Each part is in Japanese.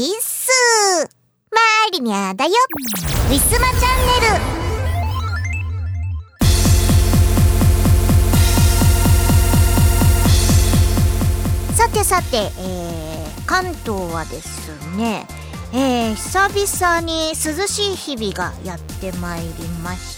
ィスマリニャだよ。ウィスマチャンネル。さて、関東はですね、久々に涼しい日々がやってまいりました。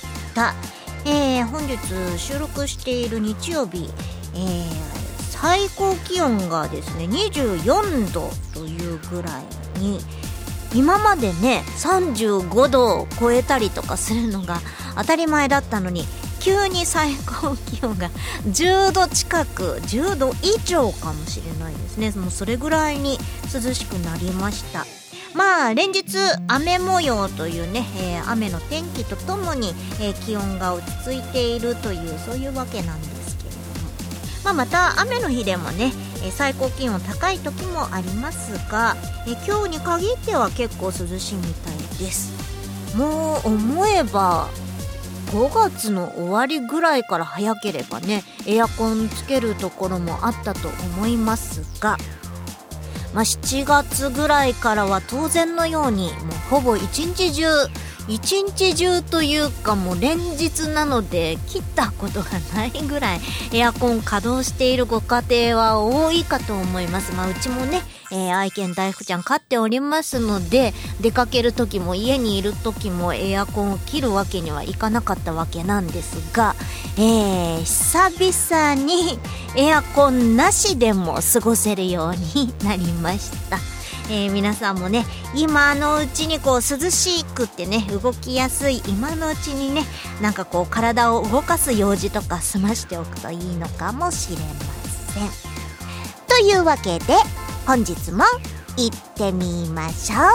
本日収録している日曜日、最高気温がですね24度というぐらいに、今までね35度を超えたりとかするのが当たり前だったのに、急に最高気温が10度近く、10度以上かもしれないですね。もうそれぐらいに涼しくなりました。まあ連日雨模様というね、雨の天気とともに、気温が落ち着いているという、そういうわけなんですけれども、また雨の日でもね、最高気温高い時もありますが、今日に限っては結構涼しいみたいです。もう思えば5月の終わりぐらいから早ければね、エアコンつけるところもあったと思いますが、7月ぐらいからは当然のようにもうほぼ一日中というか、もう連日なので切ったことがないぐらいエアコン稼働しているご家庭は多いかと思います。うちもね、愛犬大福ちゃん飼っておりますので、出かける時も家にいる時もエアコンを切るわけにはいかなかったわけなんですが、久々にエアコンなしでも過ごせるようになりました。皆さんもね、今のうちに涼しくってね、動きやすい今のうちにね、なんか体を動かす用事とか済ましておくといいのかもしれません。というわけで本日も行ってみましょう。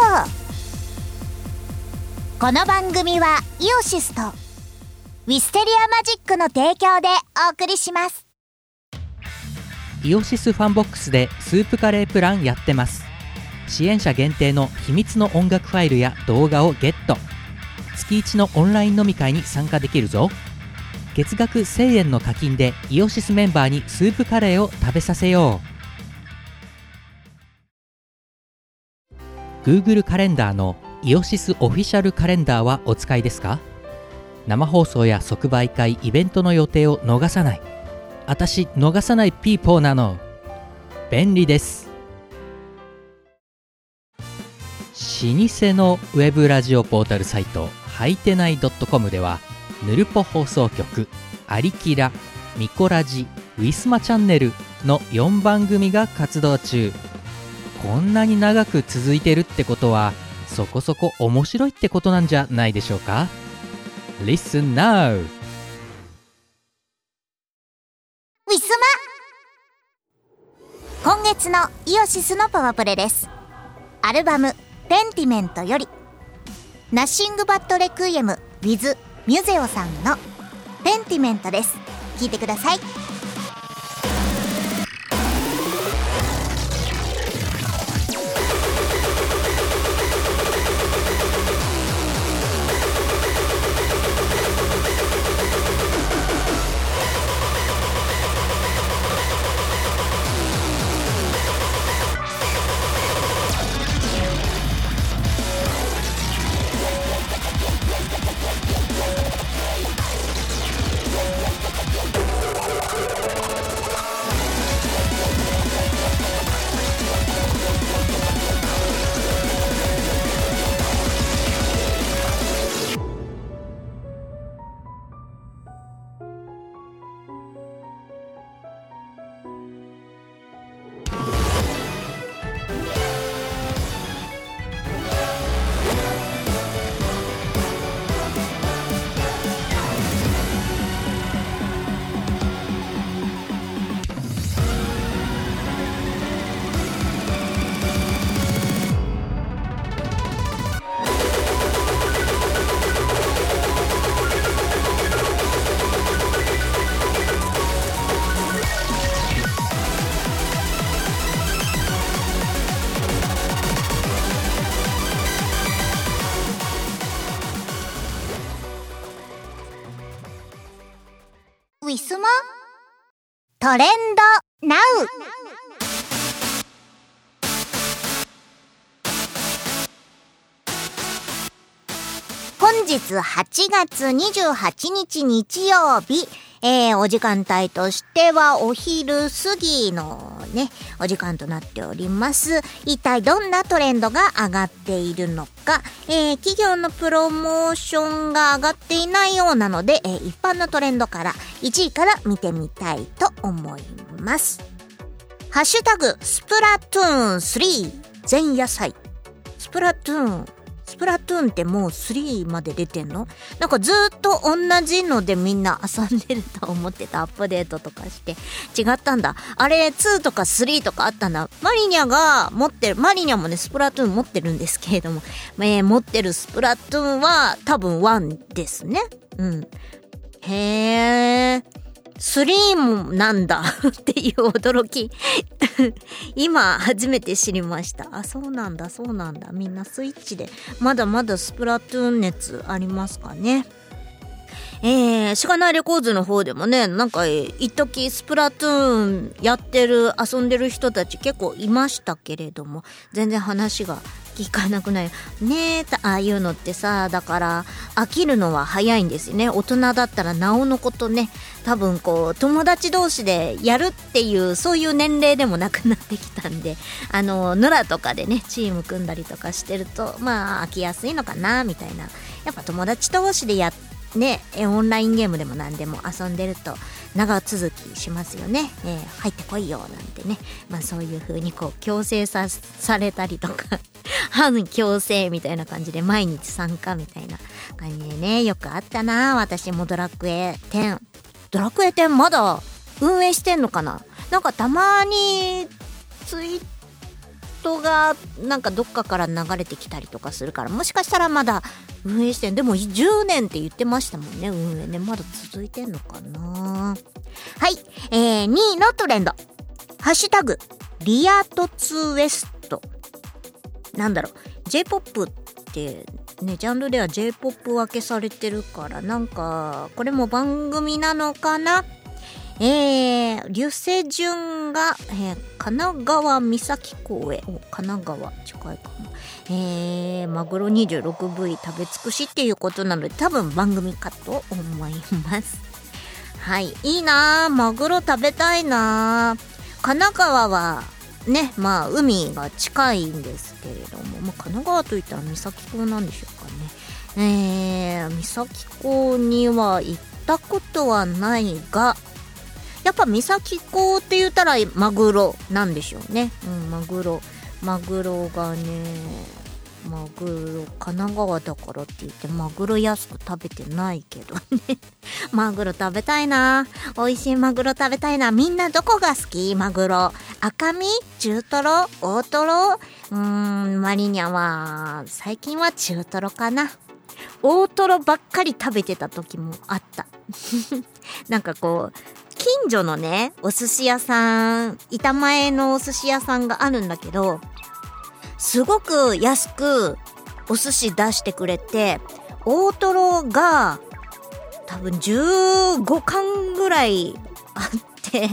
この番組はイオシスとウィステリアマジックの提供でお送りします。 イオシスファンボックスでスープカレープランやってます。支援者限定の秘密の音楽ファイルや動画をゲット。月1のオンライン飲み会に参加できるぞ。月額1000円の課金でイオシスメンバーにスープカレーを食べさせよう。 Google カレンダーのイオシスオフィシャルカレンダーはお使いですか？生放送や即売会、イベントの予定を逃さない。私逃さないピーポーなの。便利です。老舗のウェブラジオポータルサイトはいてない .com では、ぬるぽ放送局、アリキラ、ミコラジ、ウィスマチャンネルの4番組が活動中。こんなに長く続いてるってことは、そこそこ面白いってことなんじゃないでしょうか。 Listen now。 ウィスマ、今月のイオシスのパワプレです。アルバムペンティメントよりナッシングバッドレクイエム with ミュゼオさんのペンティメントです。聴いてください。ウィスマトレンドナウ。 本日8月28日日曜日、お時間帯としてはお昼過ぎのね、お時間となっております。一体どんなトレンドが上がっているのか、企業のプロモーションが上がっていないようなので、一般のトレンドから1位から見てみたいと思います。ハッシュタグスプラトゥーン3前夜祭。スプラトゥーンってもう3まで出てんの？なんかずっと同じのでみんな遊んでると思ってた。アップデートとかして違ったんだ。あれ2とか3とかあったんだ。マリニャもねスプラトゥーン持ってるんですけれども、持ってるスプラトゥーンは多分1ですね。へー、3もなんだっていう驚き今初めて知りました。あ、そうなんだ。みんなスイッチでまだまだスプラトゥーン熱ありますかね。しがないレコーズの方でもね、なんか一時スプラトゥーン遊んでる人たち結構いましたけれども、全然話が聞かなくなるね。ああいうのってさ、だから飽きるのは早いんですよね。大人だったらなおのことね、多分こう友達同士でやるっていうそういう年齢でもなくなってきたんで、野良とかでねチーム組んだりとかしてると飽きやすいのかなみたいな。やっぱ友達同士でオンラインゲームでも何でも遊んでると長続きしますよね。入ってこいよなんてね、そういう風にこう強制されたりとか反強制みたいな感じで毎日参加みたいな感じでね、よくあったな。私もドラクエ10まだ運営してんのかな。なんかたまにツイートがなんかどっかから流れてきたりとかするから、もしかしたらまだ運営してん。でも10年って言ってましたもんね、運営ね。まだ続いてんのかな。はい、2位のトレンド、ハッシュタグリアトツウエスト。なんだろう、 J-POP ってね、ジャンルでは J-POP 分けされてるから、なんかこれも番組なのかな。流星順が、神奈川三港へ。神奈川近いかな。マグロ 26 部位食べ尽くしっていうことなので、多分番組かと思います。はい、いいなぁ、マグロ食べたいなぁ。神奈川はね、海が近いんですけれども、神奈川といったら三崎港なんでしょうかね。三崎港には行ったことはないが、やっぱ三崎港って言ったらマグロなんでしょうね。マグロがね、神奈川だからって言ってマグロ安く食べてないけどねマグロ食べたいな。美味しいマグロ食べたいな。みんなどこが好き？マグロ赤身、中トロ、大トロ。マリニャは最近は中トロかな。大トロばっかり食べてた時もあったなんかこう近所のねお寿司屋さん、板前のお寿司屋さんがあるんだけど、すごく安くお寿司出してくれて、大トロが多分15貫ぐらいあって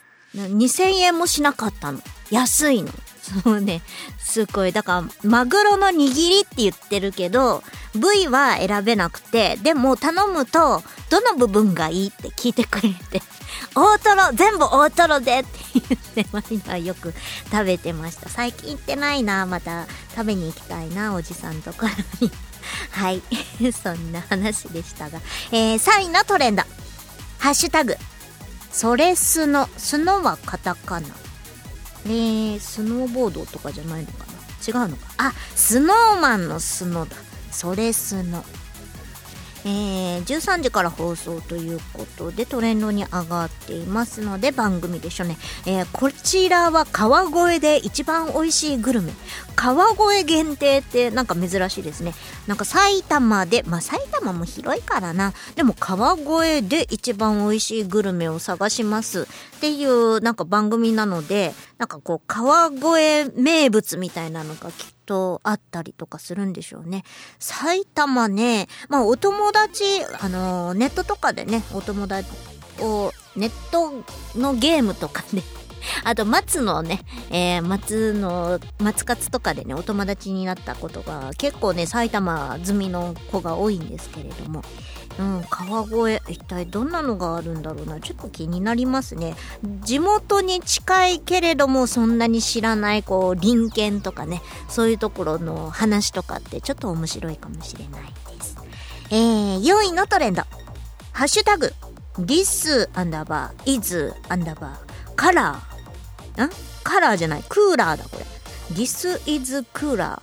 2000円もしなかったの。安いの。そうね、すごい。だからマグロの握りって言ってるけど部位は選べなくて、でも頼むとどの部分がいいって聞いてくれて、大トロ全部大トロでって言ってマリナはよく食べてました。最近行ってないな。また食べに行きたいな、おじさんところにはいそんな話でしたが、3位のトレンド、ハッシュタグそれスノ。スノはカタカナ。スノーボードとかじゃないのかな。違うのか。あ、スノーマンのスノだ。それスノ。13時から放送ということでトレンドに上がっていますので番組でしょうね。こちらは川越で一番美味しいグルメ。川越限定ってなんか珍しいですね。なんか埼玉で、埼玉も広いからな。でも川越で一番美味しいグルメを探しますっていうなんか番組なので、なんかこう川越名物みたいなのがきっとあったりとかするんでしょうね。埼玉ね、お友達ネットとかでね、お友達をネットのゲームとかであと松のね、松活とかでねお友達になったことが結構ね埼玉済みの子が多いんですけれども、川越一体どんなのがあるんだろうな、ちょっと気になりますね。地元に近いけれどもそんなに知らないこう隣県とかね、そういうところの話とかってちょっと面白いかもしれないです。4位のトレンド、ハッシュタグ this _is _color カラーじゃない、クーラーだこれ。 This is cooler。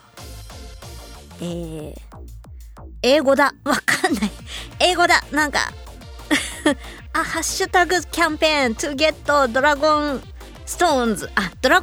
英語だ、わかんない、英語だ、なんかハッシュタグキャンペーン to get ドラゴンストーンズ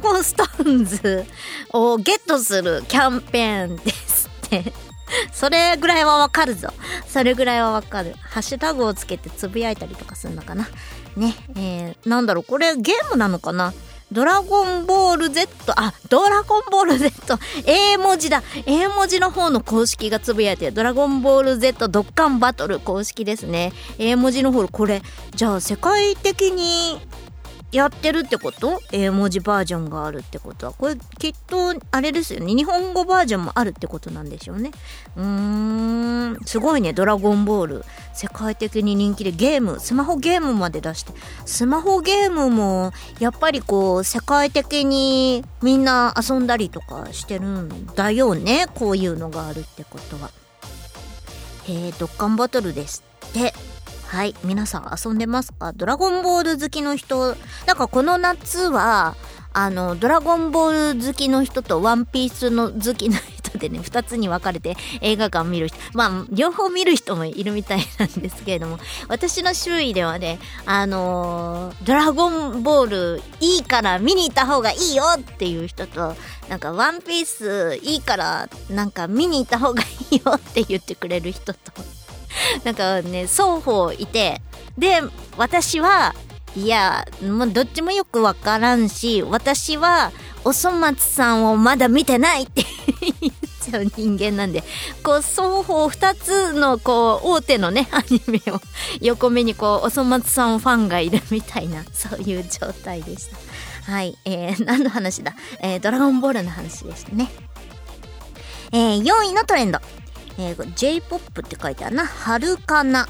をゲットするキャンペーンですってそれぐらいはわかるぞ、それぐらいはわかる。ハッシュタグをつけてつぶやいたりとかするのかなね。なんだろう、これゲームなのかな。ドラゴンボール Z、 ドラゴンボール Z、 英文字だ、英文字の方の公式がつぶやいてる。ドラゴンボール Z ドッカンバトル公式ですね。英文字の方、これじゃあ世界的にやってるってこと？英文字バージョンがあるってことは、これきっとあれですよね、日本語バージョンもあるってことなんでしょうね。すごいね。ドラゴンボール世界的に人気で、ゲーム、スマホゲームまで出して、スマホゲームもやっぱりこう世界的にみんな遊んだりとかしてるんだよね、こういうのがあるってことは。ドッカンバトルですって。はい、皆さん遊んでますか？ドラゴンボール好きの人、なんかこの夏はドラゴンボール好きの人とワンピースの好きな人でね、2つに分かれて映画館見る人、両方見る人もいるみたいなんですけれども、私の周囲ではね、ドラゴンボールいいから見に行った方がいいよっていう人と、なんかワンピースいいからなんか見に行った方がいいよって言ってくれる人となんかね、双方いて、で私はいやもうどっちもよくわからんし、私はおそ松さんをまだ見てないって言っちゃう人間なんで、こう双方2つのこう大手のねアニメを横目にこうおそ松さんファンがいるみたいな、そういう状態でした。はい、何の話だ、ドラゴンボールの話でしたね。4位のトレンド、J-POP って書いてあるな。はるかな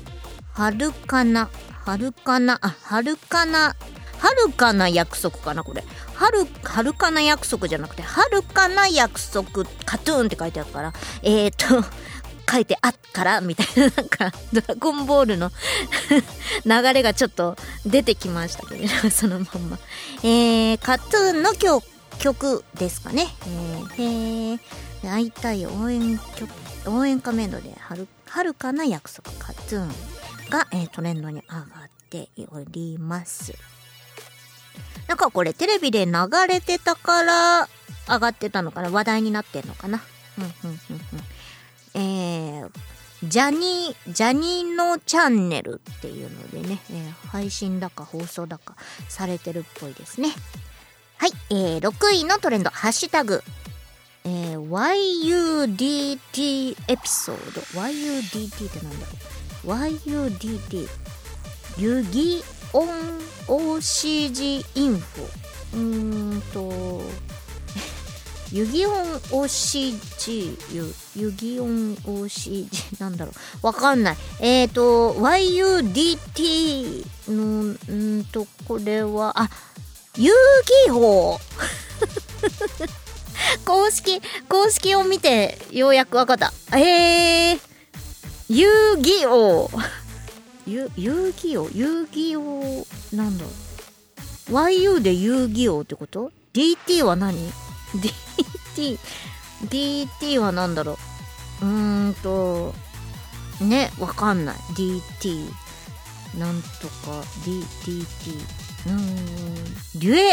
約束かな、これ。はるかな約束じゃなくて、はるかな約束カトゥーンって書いてあるから、書いてあっからみたいな、なんかドラゴンボールの流れがちょっと出てきましたけど、そのまんま。カトゥーンの曲ですかね。会いたい応援歌メロではるかな約束カトゥーンが、トレンドに上がっております。なんかこれテレビで流れてたから上がってたのかな、話題になってんのかな。ジャニーのチャンネルっていうのでね、配信だか放送だかされてるっぽいですね。はい、6位のトレンド、ハッシュタグYUDT エピソード。 YUDT ってなんだろう。 YUDT 遊戯音 OCG インフォ遊戯音 OCG 遊戯音 OCG なんだろう、わかんない。YUDT のこれは遊戯王公式を見てようやくわかった。遊戯王なんだろう。 YU で遊戯王ってこと？ DT は何？ DT はなんだろう。ね、わかんない。 DT なんとか DT デュ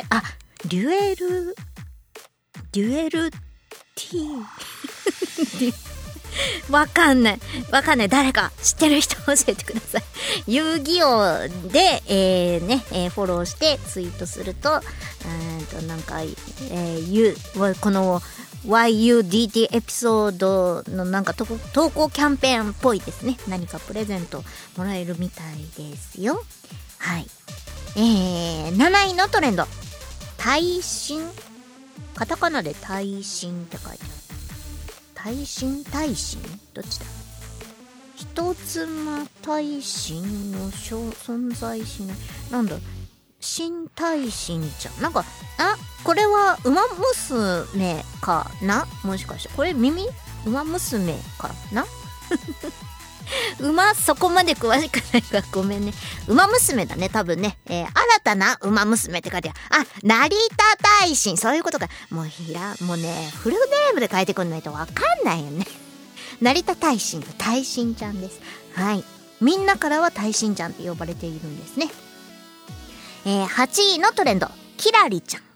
エル T わかんない。誰か知ってる人教えてください。遊戯王で、フォローしてツイートすると、なんか、この YUDT エピソードのなんか投稿キャンペーンっぽいですね。何かプレゼントもらえるみたいですよ。はい。7位のトレンド、 耐震、カタカナで耐震って書いてある。耐震どっちだ。人妻耐震の存在しない、なんだ、新耐震ちゃん、なんか、これはウマ娘かな、もしかしてこれウマ娘かな馬そこまで詳しくないからごめんね。ウマ娘だね多分ね。新たなウマ娘って書いてある。成田耐震、そういうことか。もうね、フルネームで書いてくんないとわかんないよね。成田耐震の耐震ちゃんです。はい、みんなからは耐震ちゃんって呼ばれているんですね。8位のトレンド、キラリちゃん。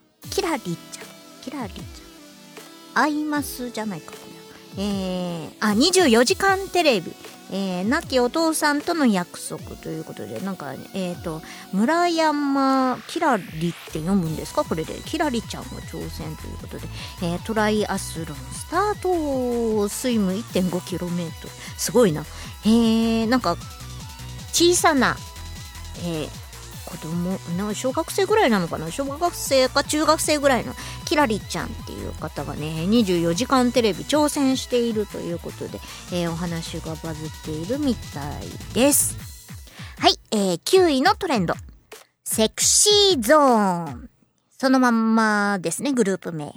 アイマスじゃないかこれ。24時間テレビ、亡きお父さんとの約束ということで、なんか村山キラリって読むんですか、これで。キラリちゃんが挑戦ということで、トライアスロンスタート、スイム 1.5km、 すごいな。なんか小さな、子供、小学生ぐらいなのかな、小学生か中学生ぐらいのキラリちゃんっていう方がね、24時間テレビ挑戦しているということで、お話がバズっているみたいです。はい、9位のトレンド、セクシーゾーン、そのまんまですね、グループ名。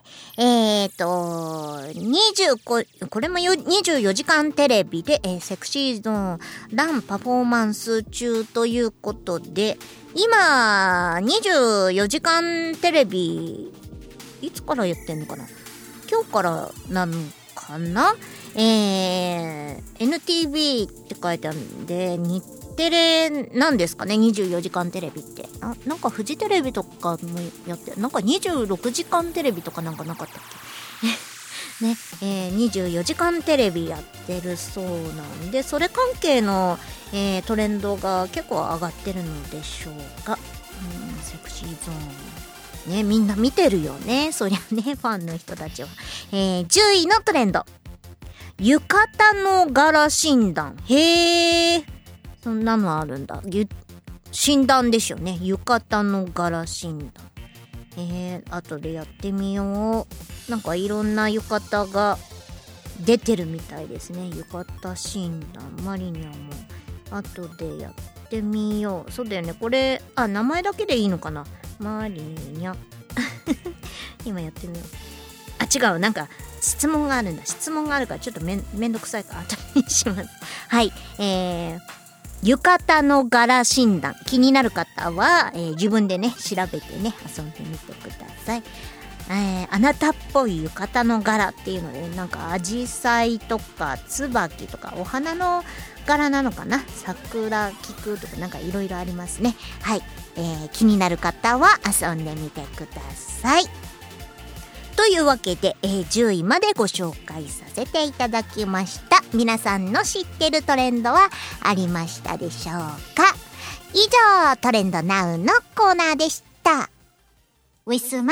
これも24時間テレビで、セクシーゾーンランパフォーマンス中ということで、今24時間テレビいつからやってんのかな、今日からなのかな。NTV って書いてあるんで、日テレなんですかね、24時間テレビって。なんかフジテレビとかもやって、なんか26時間テレビとかなんかなかったっけね、24時間テレビやってるそうなんで、それ関係の、トレンドが結構上がってるのでしょうか。セクシーゾーンね、みんな見てるよね、そりゃね、ファンの人たちは。10位のトレンド、浴衣の柄診断。へー、そんなのあるんだ。診断でしょうね、浴衣の柄診断。後でやってみよう。なんかいろんな浴衣が出てるみたいですね。浴衣診断、マリニャも後でやってみよう。そうだよね、これ名前だけでいいのかな、マリニャ今やってみよう。違う、なんか質問があるんだ。質問があるからちょっとめんどくさいから後にします。はい、浴衣の柄診断、気になる方は、自分でね調べてね遊んでみてください。あなたっぽい浴衣の柄っていうので、なんかアジサイとか椿とかお花の柄なのかな、桜菊とかなんかいろいろありますね。はい、気になる方は遊んでみてください。というわけで、10位までご紹介させていただきました。皆さんの知ってるトレンドはありましたでしょうか。以上、トレンドナウのコーナーでした。ウィスマ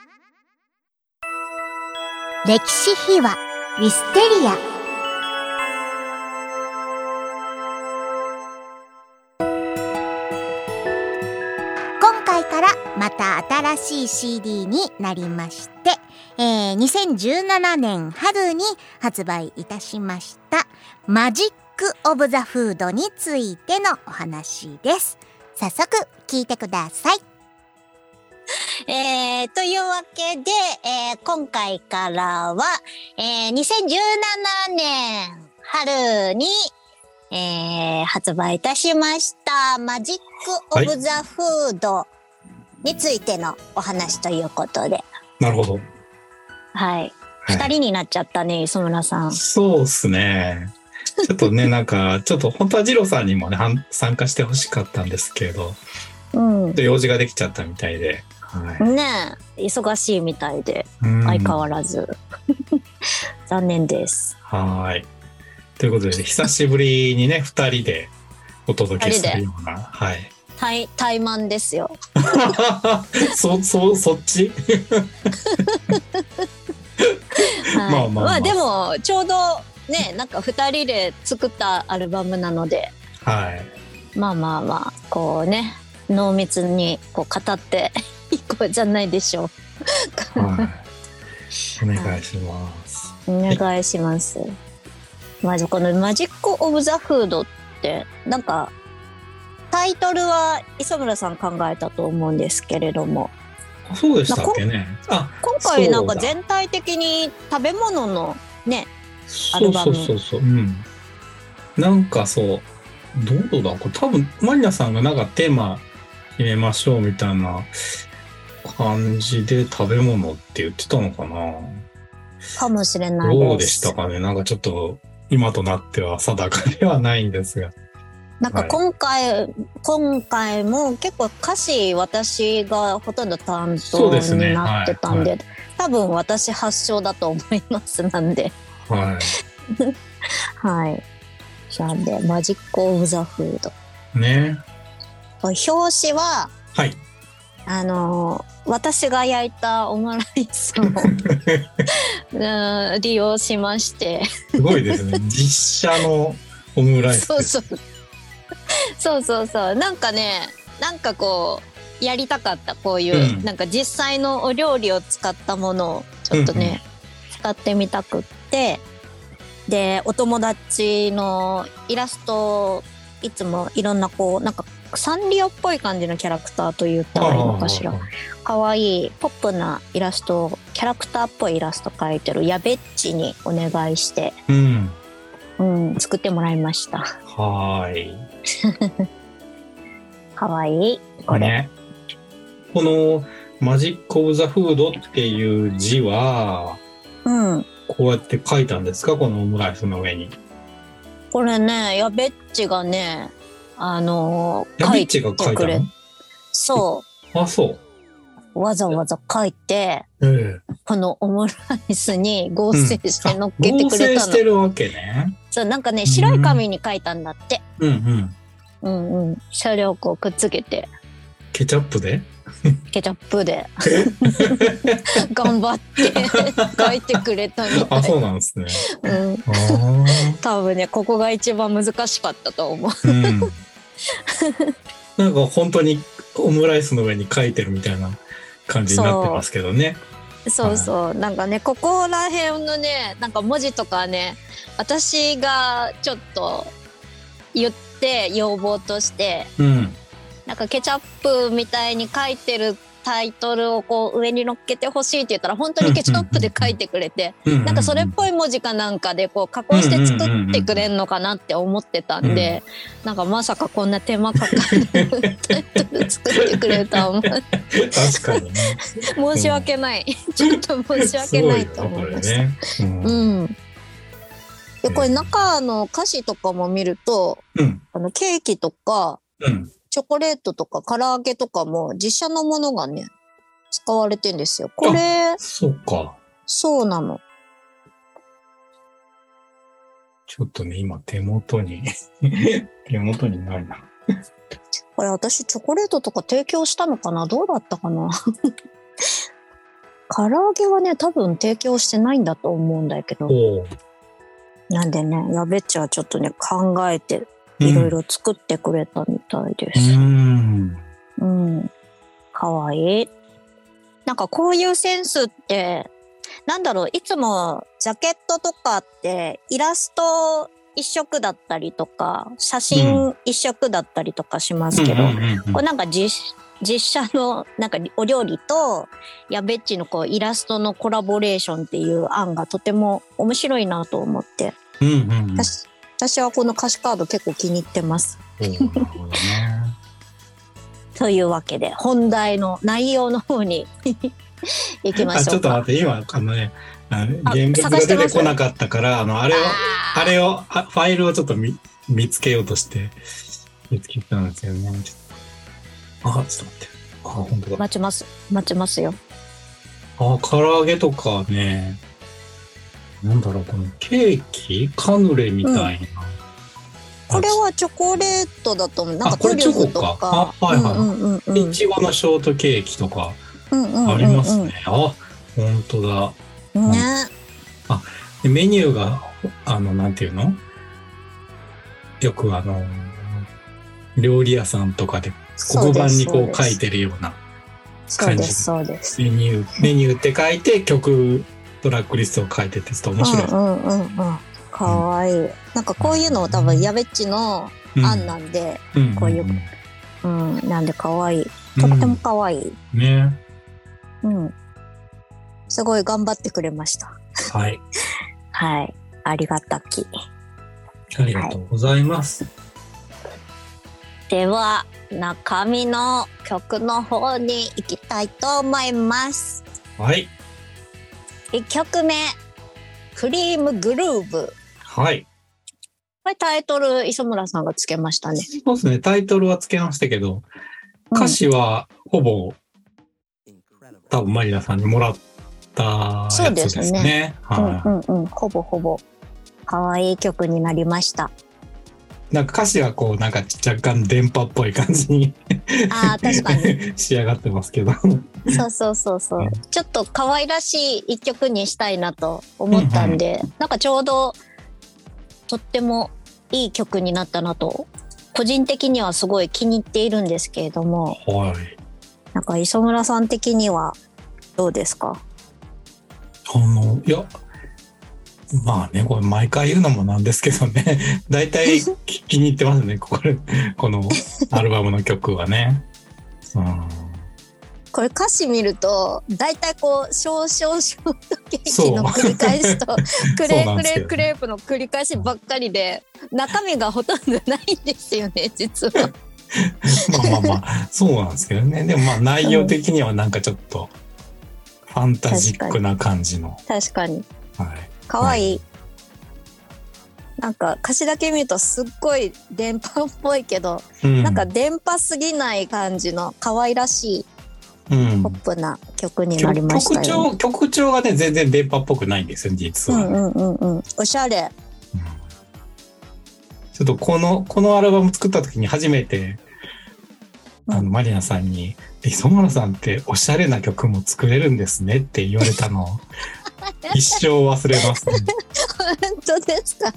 歴史秘話ウィステリア。今回からまた新しい CD になりまして、2017年春に発売いたしましたマジックオブザフードについてのお話です。早速聞いてください。というわけで、今回からは、2017年春に、発売いたしましたマジックオブザフードについてのお話ということで。 なるほど。 はい。2人になっちゃったね、磯村さん。 そうですね。ちょっとね、なんか、ちょっと本当は二郎さんにもね、参加してほしかったんですけど、用事ができちゃったみたいで。はい、 ねえ、忙しいみたいで、相変わらず。残念です。 はい。ということで、久しぶりにね、2人でお届けするような。はい。 怠慢ですよ。 そっちはい、まあでもちょうどね、なんか2人で作ったアルバムなので、 はい、 まあこうね、濃密にこう語ってい個じゃないでしょう。 はい。お願いします。 お願いします。まずこのマジック・オブ・ザ・フードってなんかタイトルは磯村さん考えたと思うんですけれども。 そうでしたっけね。 今回なんか全体的に食べ物のねアルバム。 そう、うん。なんかそうどうだこれ多分マリナさんがなんかテーマ決めましょうみたいな感じで食べ物って言ってたのかな。 かもしれないです。 どうでしたかね。なんかちょっと今となっては定かではないんですが。 なんか今回も結構歌詞私がほとんど担当になってたんで、多分私発祥だと思いますなんで。 はい。 はい。なんでマジック・オブ・ザ・フード。 ね。 表紙は、 はい。 私が焼いたオムライスを利用しまして。 すごいですね。実写のオムライス。 そう。なんかね、なんかこうやりたかったこういう、なんか実際のお料理を使ったものをちょっとね、使ってみたくって、でお友達のイラストいつもいろんなこうなんかサンリオっぽい感じのキャラクターと言ったらいいのかしら。可愛いポップなイラスト、キャラクターっぽいイラスト描いてるやべっちにお願いして、作ってもらいました。 はい。 可愛いこれ、ね。 このマジック・オブ・ザ・フードっていう字は、こうやって書いたんですか、このオムライスの上に。 これね、やべっちがね、 やべっちが書いたの？ そう。 あ、そう。 わざわざ書いて、このオムライスに合成して乗っけてくれたの。合成してるわけね。 そう、なんかね、白い紙に書いたんだって。それをこうくっつけて。 ケチャップで頑張って書いてくれたみたい。 あ、そうなんですね。 多分ね、ここが一番難しかったと思う。 なんか本当にオムライスの上に書いてるみたいな感じになってますけどね。 そう、なんかね、ここら辺のね、なんか文字とかね、私がちょっと言って要望として、なんかケチャップみたいに書いてるタイトルをこう上に乗っけてほしいって言ったら本当にケチャップで書いてくれて、なんかそれっぽい文字かなんかでこう加工して作ってくれんのかなって思ってたんで、なんかまさかこんな手間かかるタイトル作ってくれた思って確かにね申し訳ない、ちょっと申し訳ないと思いました。でこれ中の歌詞とかも見ると、ケーキとか、チョコレートとか唐揚げとかも実写のものがね使われてんですよ。これそうか。 そうなの。 ちょっとね今手元にないな。 これ私チョコレートとか提供したのかな、どうだったかな。唐揚げはね多分提供してないんだと思うんだけど、なんでねやべっちはちょっとね考えていろいろ作ってくれたみたいです。かわいい。なんかこういうセンスってなんだろう、いつもジャケットとかってイラスト一色だったりとか写真一色だったりとかしますけど、これなんか実写のなんかお料理とやべっちのこうイラストのコラボレーションっていう案がとても面白いなと思って、私はこの歌詞カード結構気に入ってます。というわけで本題の内容の方に行きましょうか。 ちょっと待って、今現物が出てこなかったからあれをファイルをちょっと見つけようとして見つけたんですよね。ちょっと待って。本当だ。 待ちますよ。 唐揚げとかね。なんだろう、このケーキカヌレみたいな、 これはチョコレートだと思う。なんかトリュフとか、 いちごのショートケーキとかありますね。本当だね。 メニューがなんていうの、よく料理屋さんとかで黒板にこう書いてるようなそうですそうです。 メニューって書いて曲トラックリストを書いててちょっと面白い。 かわいい。なんかこういうの多分やべっちの案なんで、こういう、なんでかわいい。とってもかわいい。 ね。 すごい頑張ってくれました。 はい。 はい。ありがたき。 ありがとうございます。 では、中身の曲の方に行きたいと思います。 はい。 1曲目、クリームグルーヴ。 はい。 これタイトル、磯村さんがつけましたね。 そうですね。タイトルはつけましたけど、歌詞はほぼ、多分マリナさんにもらったやつですね。そうですね。 ほぼほぼ、可愛い曲になりました。 なんか歌詞はこうなんか若干電波っぽい感じに確かに仕上がってますけどそう、ちょっと可愛らしい一曲にしたいなと思ったんで、なんかちょうどとってもいい曲になったなと個人的にはすごい気に入っているんですけれども、なんか磯村さん的にはどうですか？ いやまあね、これ毎回言うのもなんですけどね、大体気に入ってますね、このアルバムの曲はね。 これ歌詞見ると、大体こう、ショートケーキの繰り返しと、クレープの繰り返しばっかりで、中身がほとんどないんですよね、実は。 まあ、そうなんですけどね。でもまあ内容的にはなんかちょっと、ファンタジックな感じの。 確かに。 はい。 かわいい。なんか歌詞だけ見るとすっごい電波っぽいけど、なんか電波すぎない感じの可愛らしいポップな曲になりましたよね。 曲調がね全然電波っぽくないんですよ実は。 おしゃれ。 ちょっとこのアルバム作った時に初めてマリナさんに磯村さんっておしゃれな曲も作れるんですねって言われたの一生忘れますね。 本当ですか？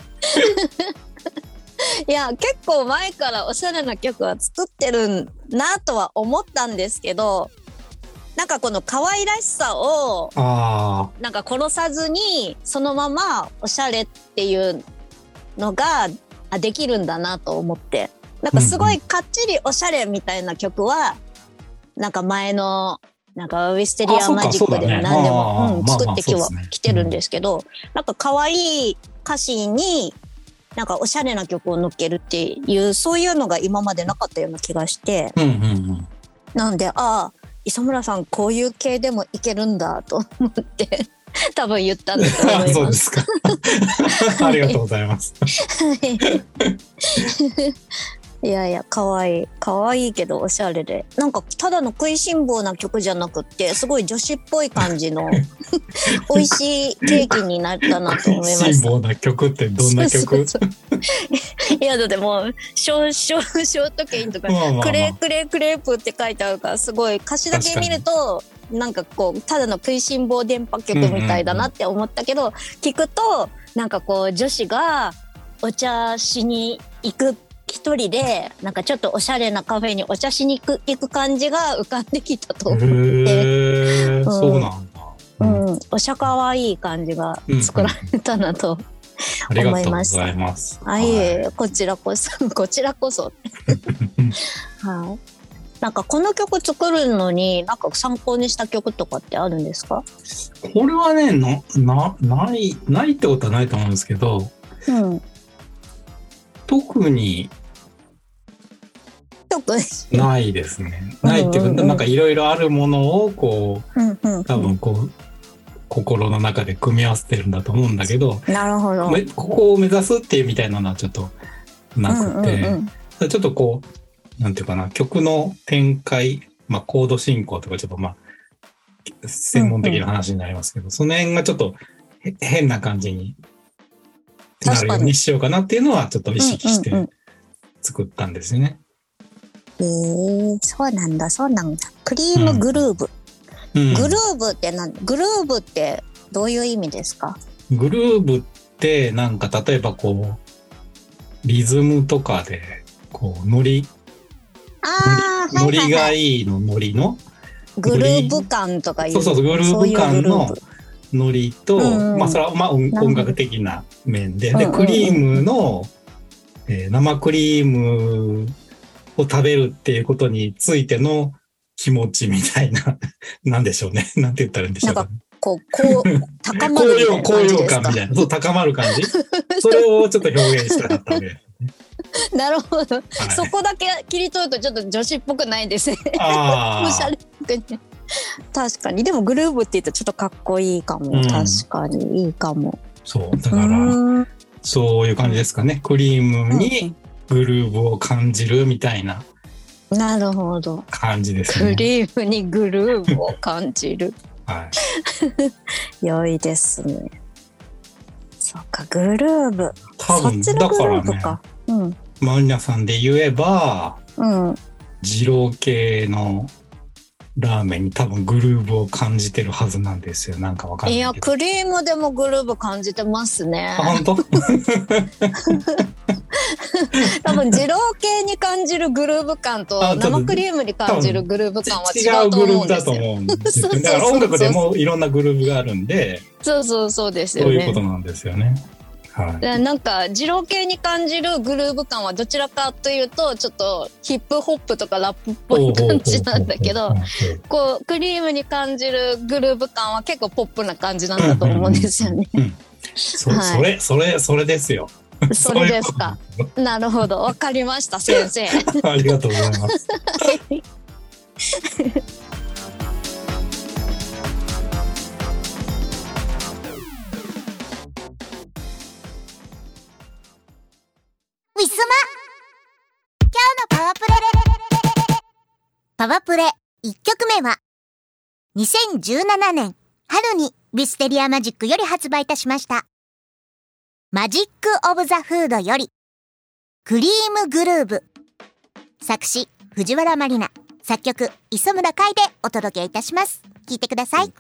いや結構前からおしゃれな曲は作ってるなとは思ったんですけど、なんかこの可愛らしさをなんか殺さずにそのままおしゃれっていうのができるんだなと思って、なんかすごいかっちりおしゃれみたいな曲はなんか前のなんかウィステリアマジックでも何でも作ってきてるんですけど、なんか可愛い歌詞になんかおしゃれな曲を乗っけるっていうそういうのが今までなかったような気がして、なんで磯村さんこういう系でもいけるんだと思って多分言ったんだと思います。 そうですか。ありがとうございます。 いやいや可愛いけどおしゃれで、なんかただの食いしん坊な曲じゃなくってすごい女子っぽい感じの美味しいケーキになったなと思いました。食いしん坊な曲ってどんな曲？ いやだってもうショートケーキとかクレープって書いてあるから、すごい歌詞だけ見るとなんかこうただの食いしん坊電波曲みたいだなって思ったけど、聞くとなんかこう女子がお茶しに行く一人でなんかちょっとおしゃれなカフェにお茶しに行く感じが浮かんできたと思って、 そうなんだ。 おしゃかわいい感じが作られたなと思いました。 ありがとうございます。 こちらこそ。はい。なんかこの曲作るのになんか参考にした曲とかってあるんですか？ これはねないってことはないと思うんですけど、特にないですね。ないっていうか、なんかいろいろあるものをこう、多分こう心の中で組み合わせてるんだと思うんだけど、 なるほど。 ここを目指すっていうみたいなのはちょっとなくて、ちょっとこうなんていうかな、曲の展開、コード進行とかちょっと専門的な話になりますけど、その辺がちょっと変な感じになるようにしようかなっていうのはちょっと意識して作ったんですよね。 そうなんだ。クリームグルーヴ。グルーヴってどういう意味ですか？ グルーヴってなんか例えばこうリズムとかでこうノリがいいのノリのグルーヴ感とかいう。 そう、グルーヴ感のノリと、 うんまあそれはまあ音楽的な面で、で、クリームの、生クリームを食べるっていうことについての気持ちみたいな、なんでしょうね。なんて言ったらいいんでしょうか。 こう高まるみたいな感じですか。高揚感みたいな。そう、高まる感じ。それをちょっと表現したかったので。 なるほど、 はい、 そこだけ切り取るとちょっと女子っぽくないですね。 あおしゃれ確かに。でもグルーブって言うとちょっとかっこいいかも、確かにいいかも。 そうだからそういう感じですかね。クリームにグルーブを感じるみたいな、 なるほど、 感じですね。 クリームにグルーブを感じるはい、 良いですね。そうか、グルーブ、 多分そっちのグルーブか。 マリナさんで言えば、二郎系のラーメンに多分グルーブを感じてるはずなんですよ。なんかわかんないけど。 いや、クリームでもグルーブ感じてますね。 あ、本当？ 多分二郎系に感じるグルーブ感と生クリームに感じるグルーブ感は違うと思うんですよ。違うグルーブだと思うんですよ。 だから音楽でもいろんなグルーブがあるんで、 そうですよね。 そういうことなんですよね。はい、 なんか二郎系に感じるグルーヴ感はどちらかというとちょっとヒップホップとかラップっぽい感じなんだけど、こうクリームに感じるグルーヴ感は結構ポップな感じなんだと思うんですよね。 それですよ。 それですか。なるほど、わかりました先生。 ありがとうございます。 ウィスマ今日のパワプレ1曲目は2017年春にウィステリアマジックより発売いたしましたマジックオブザフードよりクリームグルーブ、作詞藤原まりな、作曲磯村海でお届けいたします。聴いてください。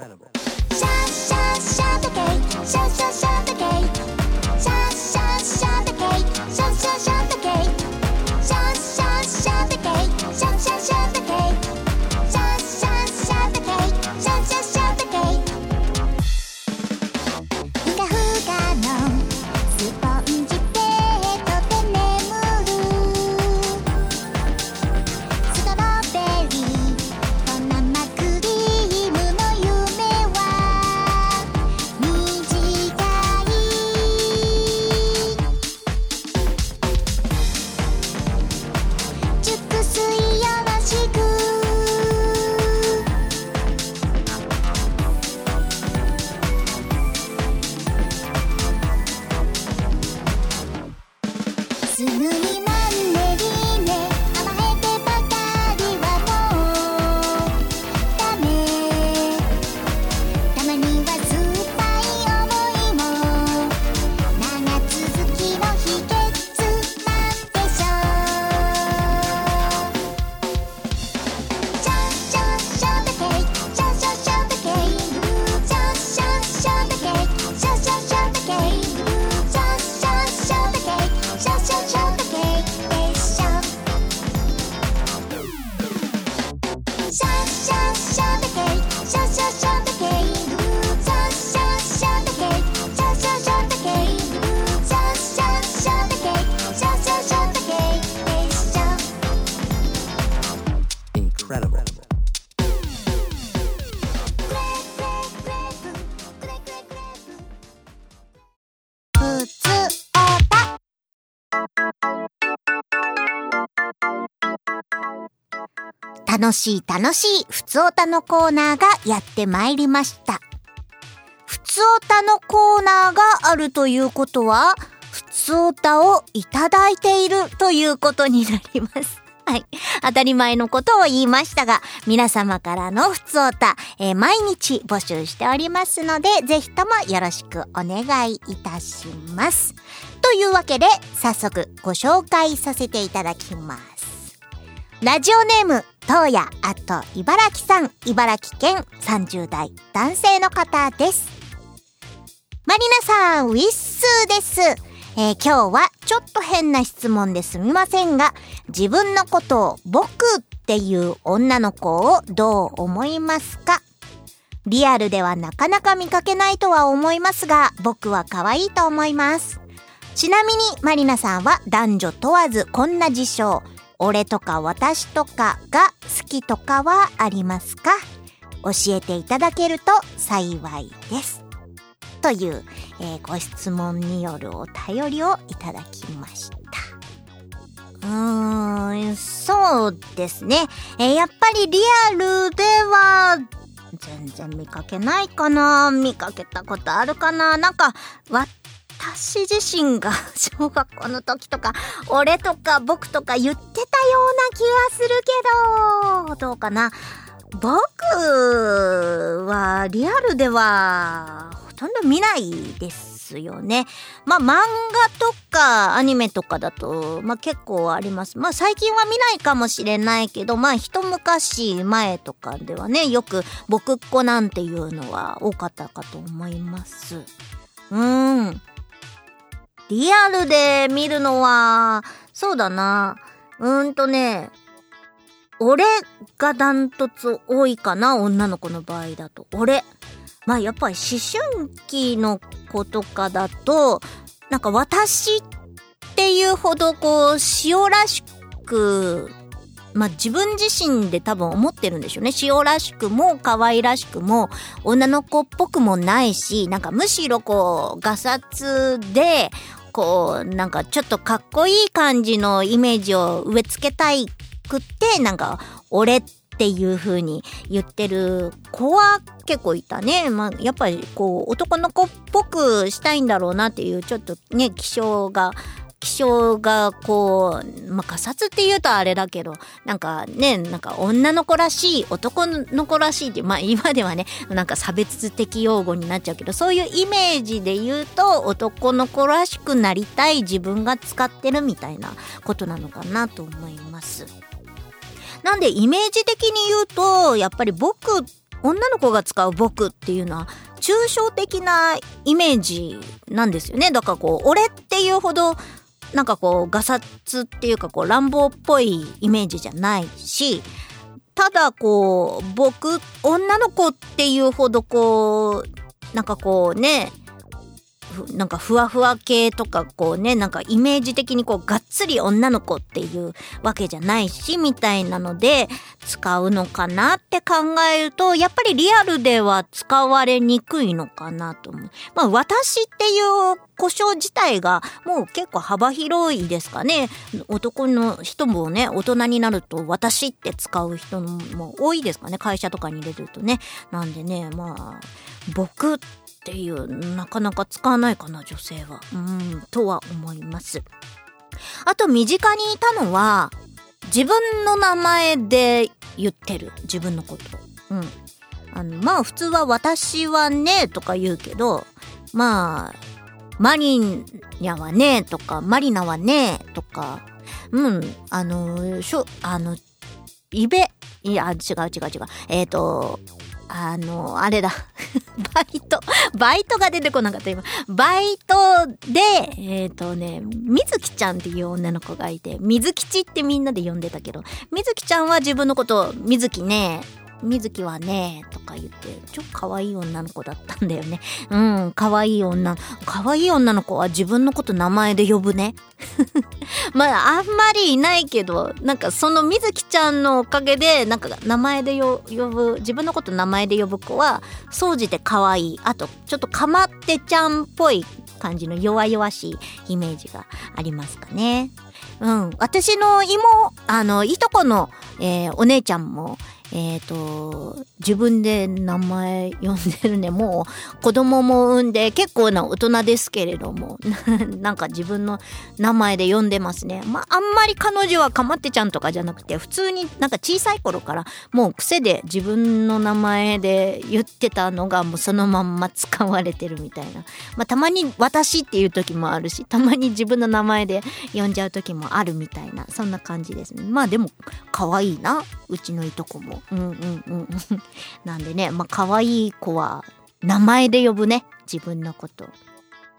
楽しいふつおたのコーナーがやってまいりました。ふつおたのコーナーがあるということは、ふつおたをいただいているということになります。はい。当たり前のことを言いましたが、皆様からのふつおた、毎日募集しておりますので、ぜひともよろしくお願いいたします。というわけで、早速ご紹介させていただきます。ラジオネーム、東野茨城さん、茨城県30代男性の方です。マリナさん、ウィッスーです。今日はちょっと変な質問ですみませんが、自分のことを僕っていう女の子をどう思いますか？リアルではなかなか見かけないとは思いますが、僕は可愛いと思います。ちなみにまりなさんは男女問わずこんな事象、俺とか私とかが好きとかはありますか？教えていただけると幸いです。という、ご質問によるお便りをいただきました。そうですね。やっぱりリアルでは全然見かけないかな。見かけたことあるかな。なんか私自身が小学校の時とか俺とか僕とか言ってたような気がするけど、どうかな。僕はリアルではほとんど見ないですよね。まあ漫画とかアニメとかだと結構あります。最近は見ないかもしれないけど、一昔前とかではね、よく僕っ子なんていうのは多かったかと思います。リアルで見るのはそうだな。俺がダントツ多いかな、女の子の場合だと。俺。やっぱり思春期の子とかだと、なんか私っていうほど塩らしく、自分自身で多分思ってるんでしょうね。塩らしくも可愛らしくも女の子っぽくもないし、なんかむしろガサツで、なんかちょっとかっこいい感じのイメージを植え付けたいくって、なんか俺っていう風に言ってる子は結構いたね。やっぱり男の子っぽくしたいんだろうなっていう、ちょっとね、気性がガサツって言うとあれだけど、なんかね、なんか女の子らしい、男の子らしいって、今ではね、なんか差別的用語になっちゃうけど、そういうイメージで言うと、男の子らしくなりたい自分が使ってるみたいなことなのかなと思います。なんでイメージ的に言うと、やっぱり女の子が使う僕っていうのは抽象的なイメージなんですよね。だから俺っていうほどなんかガサツっていうか乱暴っぽいイメージじゃないし、ただ僕女の子っていうほどなんかね、なんかふわふわ系とかなんかイメージ的にがっつり女の子っていうわけじゃないしみたいなので使うのかなって考えると、やっぱりリアルでは使われにくいのかなと思う。私っていう呼称自体がもう結構幅広いですかね。男の人もね、大人になると私って使う人も多いですかね。会社とかに入れるとね。なんでね、僕っていうなかなか使わないかな、女性は。とは思います。あと身近にいたのは自分の名前で言ってる自分のこと。普通は私はねとか言うけど、マリニャはねとかマリナはねとか、あれだバイトが出てこなかった今。バイトでみずきちゃんっていう女の子がいて、みずきちってみんなで呼んでたけど、みずきちゃんは自分のことみずきね、みずきはねとか言って、ちょっと可愛い女の子だったんだよね。可愛い女の子は自分のこと名前で呼ぶね。あんまりいないけど、なんかそのみずきちゃんのおかげで、なんか名前で呼ぶ、自分のこと名前で呼ぶ子は総じて可愛い。あとちょっとかまってちゃんっぽい感じの弱々しいイメージがありますかね。私のいとこの、お姉ちゃんも自分で名前呼んでるね。もう子供も産んで結構な大人ですけれどもなんか自分の名前で呼んでますね。あんまり彼女はかまってちゃんとかじゃなくて、普通になんか小さい頃からもう癖で自分の名前で言ってたのがもうそのまんま使われてるみたいな。たまに私っていう時もあるし、たまに自分の名前で呼んじゃう時もあるみたいな、そんな感じですね。でも可愛いな、うちのいとこも。なんでね、可愛い子は名前で呼ぶね、自分のこと。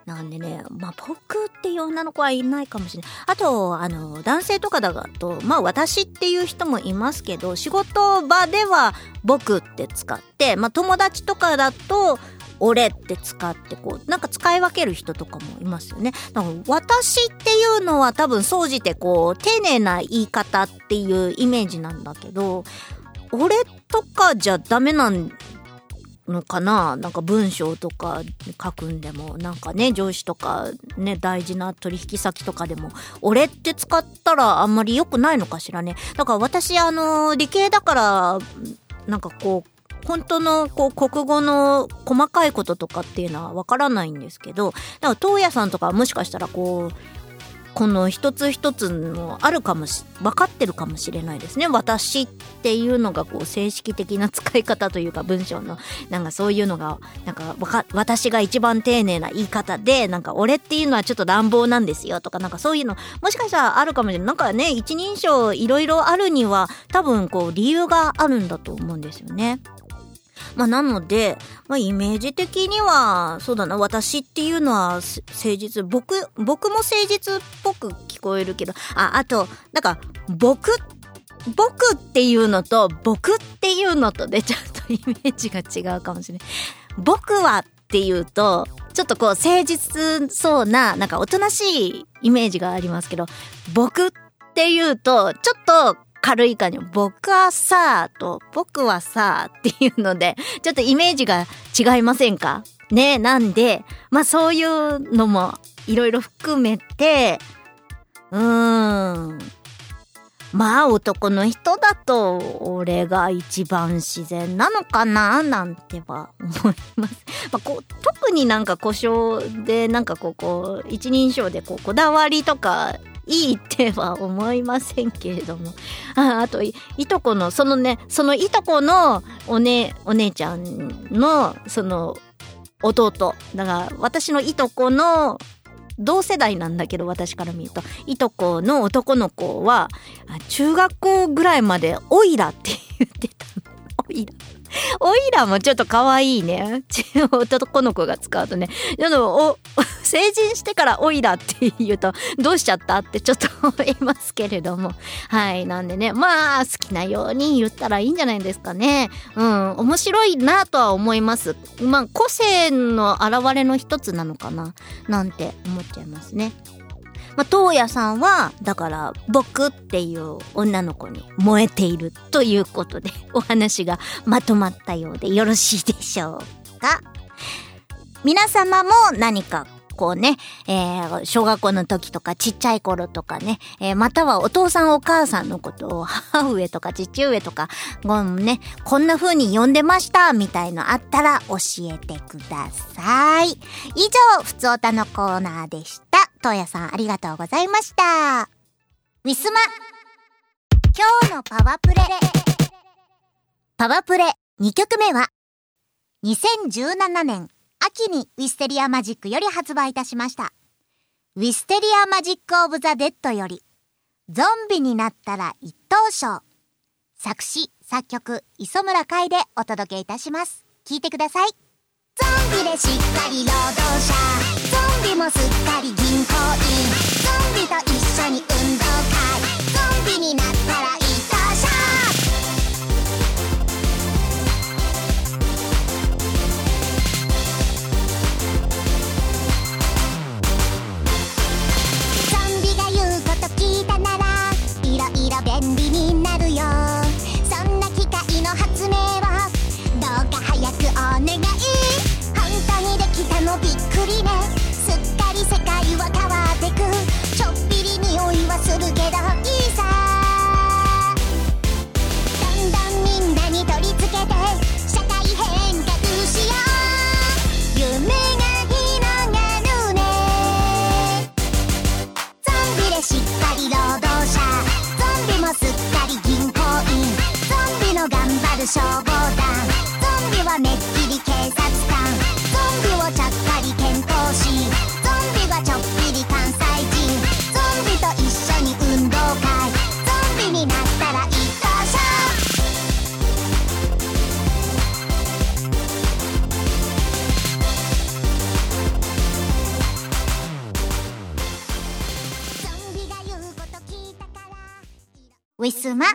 なんでね、僕っていう女の子はいないかもしれない。あと、男性とかだと、私っていう人もいますけど、仕事場では僕って使って、友達とかだと、俺って使ってなんか使い分ける人とかもいますよね。だから私っていうのは多分総じて丁寧な言い方っていうイメージなんだけど、俺とかじゃダメなんのかな。なんか文章とか書くんでも、なんかね、上司とかね、大事な取引先とかでも俺って使ったらあんまり良くないのかしらね。だから私理系だからなんか本当の国語の細かいこととかっていうのはわからないんですけど、だから東野さんとかはもしかしたらこの一つ一つのあるかも分かってるかもしれないですね。私っていうのが正式的な使い方というか、文章のなんかそういうのがなんか私が一番丁寧な言い方で、なんか俺っていうのはちょっと乱暴なんですよとか、なんかそういうのもしかしたらあるかもしれない。なんかね、一人称いろいろあるには多分理由があるんだと思うんですよね。なので、イメージ的には、そうだな、私っていうのは誠実、僕も誠実っぽく聞こえるけど、あと、なんか、僕っていうのと、僕っていうのとで、ちょっとイメージが違うかもしれない。僕はっていうと、ちょっと誠実そうな、なんかおとなしいイメージがありますけど、僕っていうと、ちょっと、軽い感じ。僕はさと僕はさっていうのでちょっとイメージが違いませんかね。なんでそういうのもいろいろ含めて男の人だと俺が一番自然なのかななんては思います。特になんか故障でなんか一人称でこだわりとかいいっては思いませんけれども、あといとこのそのいとこのお姉ちゃんのその弟だから、私のいとこの同世代なんだけど、私から見るといとこの男の子は中学校ぐらいまでオイラって言ってた。オイラもちょっと可愛いね。男の子が使うとね。成人してからオイラって言うとどうしちゃったってちょっと思いますけれども。はい。なんでね。好きなように言ったらいいんじゃないですかね。面白いなとは思います。個性の表れの一つなのかななんて思っちゃいますね。東野さんはだから僕っていう女の子に燃えているということでお話がまとまったようでよろしいでしょうか。皆様も何か小学校の時とかちっちゃい頃とかね、またはお父さんお母さんのことを母上とか父上とかこんな風に呼んでましたみたいのあったら教えてください。以上、ふつおたのコーナーでした。東野さんありがとうございました。ウィスマ今日のパワプレ2曲目は2017年秋にウィステリアマジックより発売いたしましたウィステリアマジックオブザデッドよりゾンビになったら一等賞、作詞作曲磯村海でお届けいたします。聴いてください。ゾンビでしっかり労働者、ゾンビもすっかり銀行員、ゾンビと一緒に運動会、ゾンビになったら一等賞。ゾンビが言うこと聞いたならいろいろ便利になるよ。そんな機械の発明をどうか早くお願い。本当にできたのびっくりね。すっかり世界は変わってく。ちょっぴり匂いはするけどいいさ。どんどんみんなに取り付けて社会変革しよう。夢が広がるね。ゾンビでしっかり労働者、ゾンビもすっかり銀行員、ゾンビの頑張る消防団、ゾンビはめっきり警察官、ゾンビをちゃっかり検討し、ゾンビがちょっぴり関西人、ゾンビと一緒に運動会、 ウィスマ。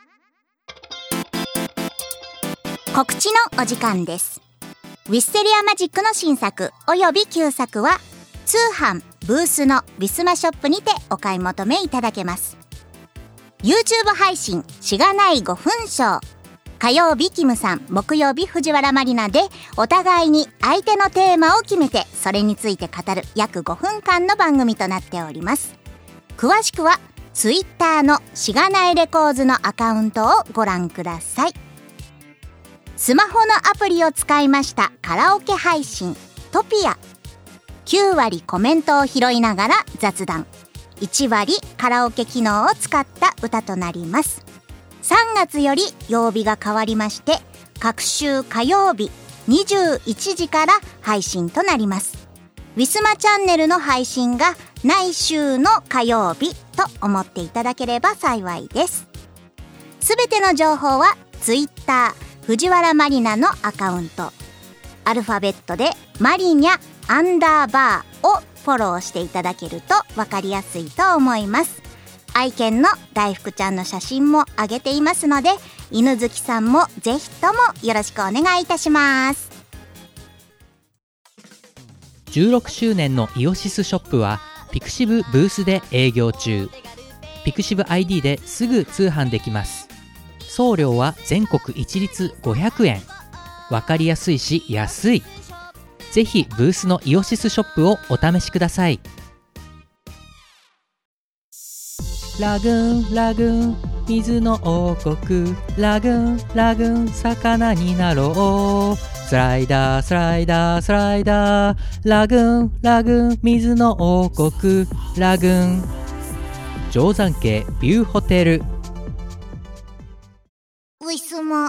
告知のお時間です。ウィステリアマジックの新作および旧作は通販ブースのウィスマショップにてお買い求めいただけます。 YouTube 配信しがない5分ショー、火曜日キムさん、木曜日藤原まりなでお互いに相手のテーマを決めてそれについて語る約5分間の番組となっております。詳しくは Twitter のしがないレコーズのアカウントをご覧ください。スマホのアプリを使いましたカラオケ配信トピア、9割コメントを拾いながら雑談、1割カラオケ機能を使った歌となります。3月より曜日が変わりまして各週火曜日21時から配信となります。ウィスマチャンネルの配信が来週の火曜日と思っていただければ幸いです。すべての情報は Twitter 藤原まりなのアカウント、アルファベットでマリニャ_をフォローしていただけると分かりやすいと思います。愛犬の大福ちゃんの写真も上げていますので、犬好きさんもぜひともよろしくお願いいたします。 16周年のイオシスショップはピクシブブースで営業中。ピクシブ ID ですぐ通販できます。送料は全国一律500円。わかりやすいし安い。ぜひブースのイオシスショップをお試しください。ラグーンラグーン水の王国、ラグーンラグーン魚になろう、スライダースライダースライダー、ラグーンラグーン水の王国、ラグーン。定山渓ビューホテル。 ウィスマ。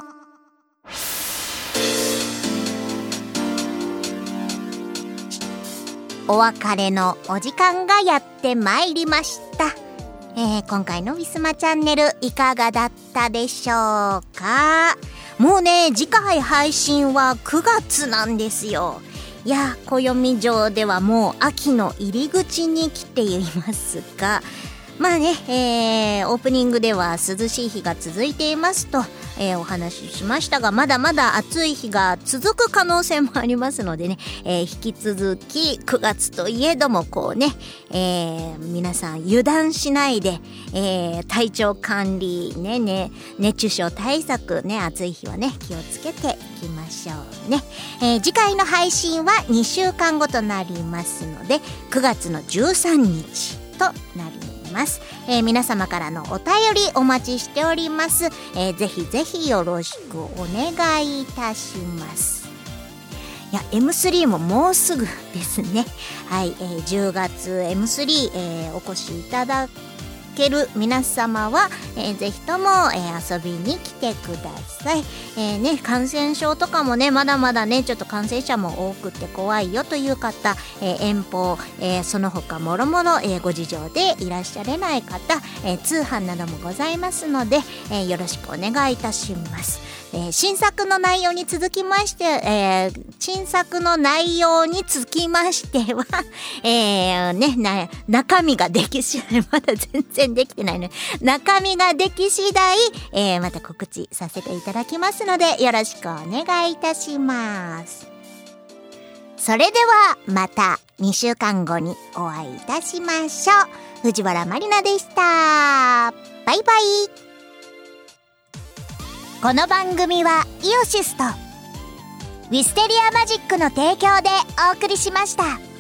お別れのお時間がやってまいりました。今回のウィスマチャンネルいかがだったでしょうか。もうね、次回配信は9月なんですよ。いや、暦上ではもう秋の入り口に来ていますが、まあね、オープニングでは涼しい日が続いていますと、お話ししましたが、まだまだ暑い日が続く可能性もありますのでね、引き続き9月といえどもこうね、皆さん油断しないで、体調管理ね、熱中症対策ね、暑い日はね気をつけていきましょうね。次回の配信は2週間後となりますので9月の13日となります。皆様からのお便りお待ちしております。ぜひぜひよろしくお願いいたします。いや M3 ももうすぐですね。はい、10月 M3、お越しいただける皆様は、ぜひとも、遊びに来てください。ね、感染症とかもねまだまだねちょっと感染者も多くて怖いよという方、遠方、その他もろもろご事情でいらっしゃれない方、通販などもございますので、よろしくお願いいたします。新作の内容に続きまして、は、中身ができ次第まだ全然できてないので、中身ができ次第、また告知させていただきますのでよろしくお願いいたします。それではまた2週間後にお会いいたしましょう。藤原まりなでした。バイバイ。この番組はイオシスとウィステリアマジックの提供でお送りしました。